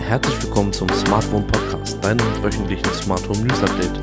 Herzlich willkommen zum Smart Home Podcast, deinem wöchentlichen Smart Home News Update.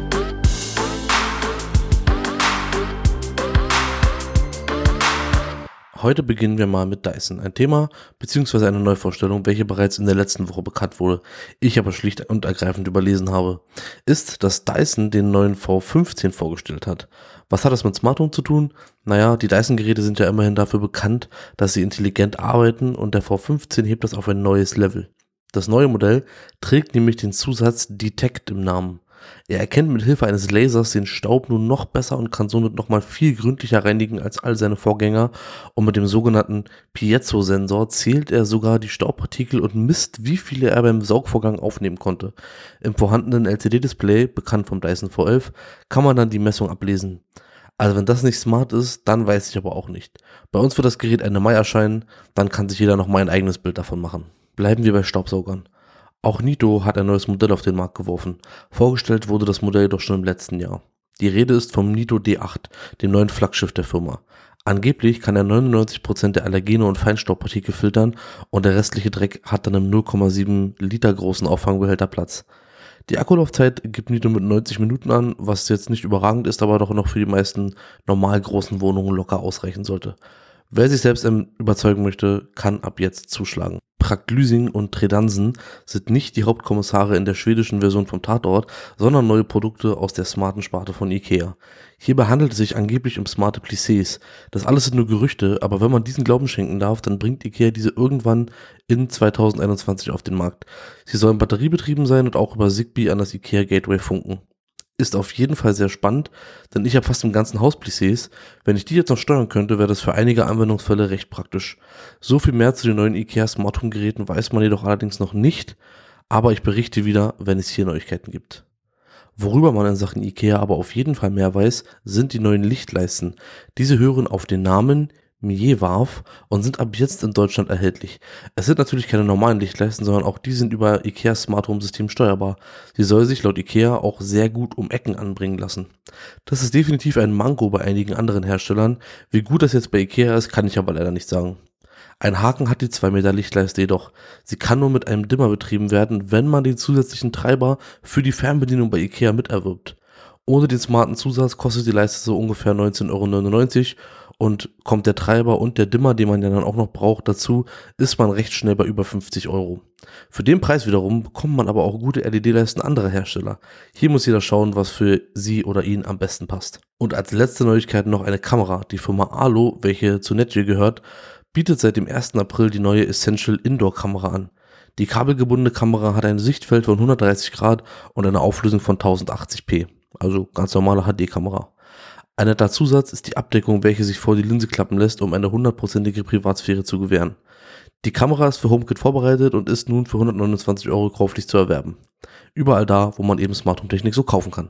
Heute beginnen wir mal mit Dyson, ein Thema bzw. eine Neuvorstellung, welche bereits in der letzten Woche bekannt wurde, ich aber schlicht und ergreifend überlesen habe, ist, dass Dyson den neuen V15 vorgestellt hat. Was hat das mit Smart Home zu tun? Naja, die Dyson-Geräte sind ja immerhin dafür bekannt, dass sie intelligent arbeiten und der V15 hebt das auf ein neues Level. Das neue Modell trägt nämlich den Zusatz Detect im Namen. Er erkennt mit Hilfe eines Lasers den Staub nun noch besser und kann somit nochmal viel gründlicher reinigen als all seine Vorgänger, und mit dem sogenannten Piezo-Sensor zählt er sogar die Staubpartikel und misst, wie viele er beim Saugvorgang aufnehmen konnte. Im vorhandenen LCD-Display, bekannt vom Dyson V11, kann man dann die Messung ablesen. Also wenn das nicht smart ist, dann weiß ich aber auch nicht. Bei uns wird das Gerät Ende Mai erscheinen, dann kann sich jeder noch mal ein eigenes Bild davon machen. Bleiben wir bei Staubsaugern. Auch Nito hat ein neues Modell auf den Markt geworfen. Vorgestellt wurde das Modell jedoch schon im letzten Jahr. Die Rede ist vom Nito D8, dem neuen Flaggschiff der Firma. Angeblich kann er 99% der Allergene und Feinstaubpartikel filtern und der restliche Dreck hat dann im 0,7 Liter großen Auffangbehälter Platz. Die Akkulaufzeit gibt Nito mit 90 Minuten an, was jetzt nicht überragend ist, aber doch noch für die meisten normal großen Wohnungen locker ausreichen sollte. Wer sich selbst überzeugen möchte, kann ab jetzt zuschlagen. Pragt Lysing und Tredansen sind nicht die Hauptkommissare in der schwedischen Version vom Tatort, sondern neue Produkte aus der smarten Sparte von Ikea. Hierbei handelt es sich angeblich um smarte Plissés. Das alles sind nur Gerüchte, aber wenn man diesen Glauben schenken darf, dann bringt Ikea diese irgendwann in 2021 auf den Markt. Sie sollen batteriebetrieben sein und auch über Zigbee an das Ikea Gateway funken. Ist auf jeden Fall sehr spannend, denn ich habe fast im ganzen Haus Plissés. Wenn ich die jetzt noch steuern könnte, wäre das für einige Anwendungsfälle recht praktisch. So viel mehr zu den neuen IKEA Smart Home Geräten weiß man jedoch allerdings noch nicht, aber ich berichte wieder, wenn es hier Neuigkeiten gibt. Worüber man in Sachen IKEA aber auf jeden Fall mehr weiß, sind die neuen Lichtleisten. Diese hören auf den Namen Miehwarf und sind ab jetzt in Deutschland erhältlich. Es sind natürlich keine normalen Lichtleisten, sondern auch die sind über IKEA Smart Home System steuerbar. Sie soll sich laut IKEA auch sehr gut um Ecken anbringen lassen. Das ist definitiv ein Manko bei einigen anderen Herstellern. Wie gut das jetzt bei IKEA ist, kann ich aber leider nicht sagen. Ein Haken hat die 2 Meter Lichtleiste jedoch. Sie kann nur mit einem Dimmer betrieben werden, wenn man den zusätzlichen Treiber für die Fernbedienung bei IKEA miterwirbt. Ohne den smarten Zusatz kostet die Leiste so ungefähr 19,99 € und kommt der Treiber und der Dimmer, den man ja dann auch noch braucht, dazu, ist man recht schnell bei über 50 €. Für den Preis wiederum bekommt man aber auch gute LED-Leisten anderer Hersteller. Hier muss jeder schauen, was für sie oder ihn am besten passt. Und als letzte Neuigkeit noch eine Kamera. Die Firma Arlo, welche zu Netgear gehört, bietet seit dem 1. April die neue Essential Indoor Kamera an. Die kabelgebundene Kamera hat ein Sichtfeld von 130 Grad und eine Auflösung von 1080p. Also ganz normale HD-Kamera. Ein netter Zusatz ist die Abdeckung, welche sich vor die Linse klappen lässt, um eine 100%ige Privatsphäre zu gewähren. Die Kamera ist für HomeKit vorbereitet und ist nun für 129 € käuflich zu erwerben. Überall da, wo man eben Smart Home Technik so kaufen kann.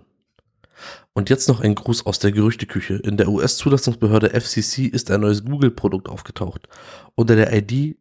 Und jetzt noch ein Gruß aus der Gerüchteküche. In der US-Zulassungsbehörde FCC ist ein neues Google-Produkt aufgetaucht. Unter der ID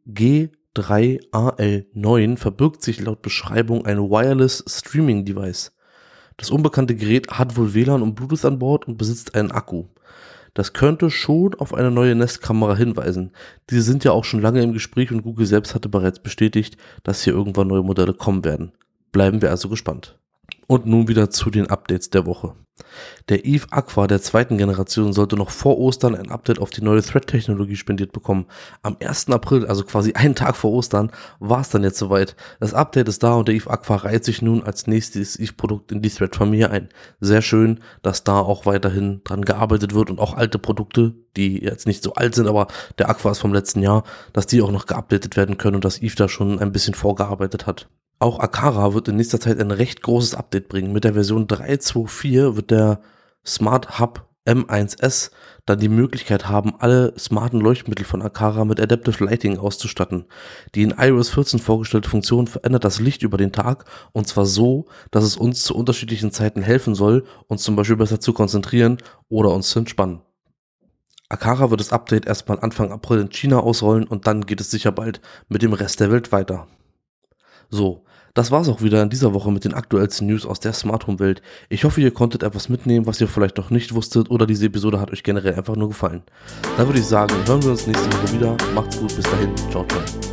G3AL9 verbirgt sich laut Beschreibung ein Wireless Streaming Device. Das unbekannte Gerät hat wohl WLAN und Bluetooth an Bord und besitzt einen Akku. Das könnte schon auf eine neue Nest-Kamera hinweisen. Diese sind ja auch schon lange im Gespräch und Google selbst hatte bereits bestätigt, dass hier irgendwann neue Modelle kommen werden. Bleiben wir also gespannt. Und nun wieder zu den Updates der Woche. Der Eve Aqua der 2. Generation sollte noch vor Ostern ein Update auf die neue Thread-Technologie spendiert bekommen. Am 1. April, also quasi einen Tag vor Ostern, war es dann jetzt soweit. Das Update ist da und der Eve Aqua reiht sich nun als nächstes Eve-Produkt in die Thread-Familie ein. Sehr schön, dass da auch weiterhin dran gearbeitet wird und auch alte Produkte, die jetzt nicht so alt sind, aber der Aqua ist vom letzten Jahr, dass die auch noch geupdatet werden können und dass Eve da schon ein bisschen vorgearbeitet hat. Auch Aqara wird in nächster Zeit ein recht großes Update bringen. Mit der Version 3.2.4 wird der Smart Hub M1S dann die Möglichkeit haben, alle smarten Leuchtmittel von Aqara mit Adaptive Lighting auszustatten. Die in iOS 14 vorgestellte Funktion verändert das Licht über den Tag und zwar so, dass es uns zu unterschiedlichen Zeiten helfen soll, uns zum Beispiel besser zu konzentrieren oder uns zu entspannen. Aqara wird das Update erstmal Anfang April in China ausrollen und dann geht es sicher bald mit dem Rest der Welt weiter. So, das war's auch wieder in dieser Woche mit den aktuellsten News aus der Smart Home Welt. Ich hoffe, ihr konntet etwas mitnehmen, was ihr vielleicht noch nicht wusstet, oder diese Episode hat euch generell einfach nur gefallen. Dann würde ich sagen, hören wir uns nächste Woche wieder. Macht's gut, bis dahin, ciao, ciao.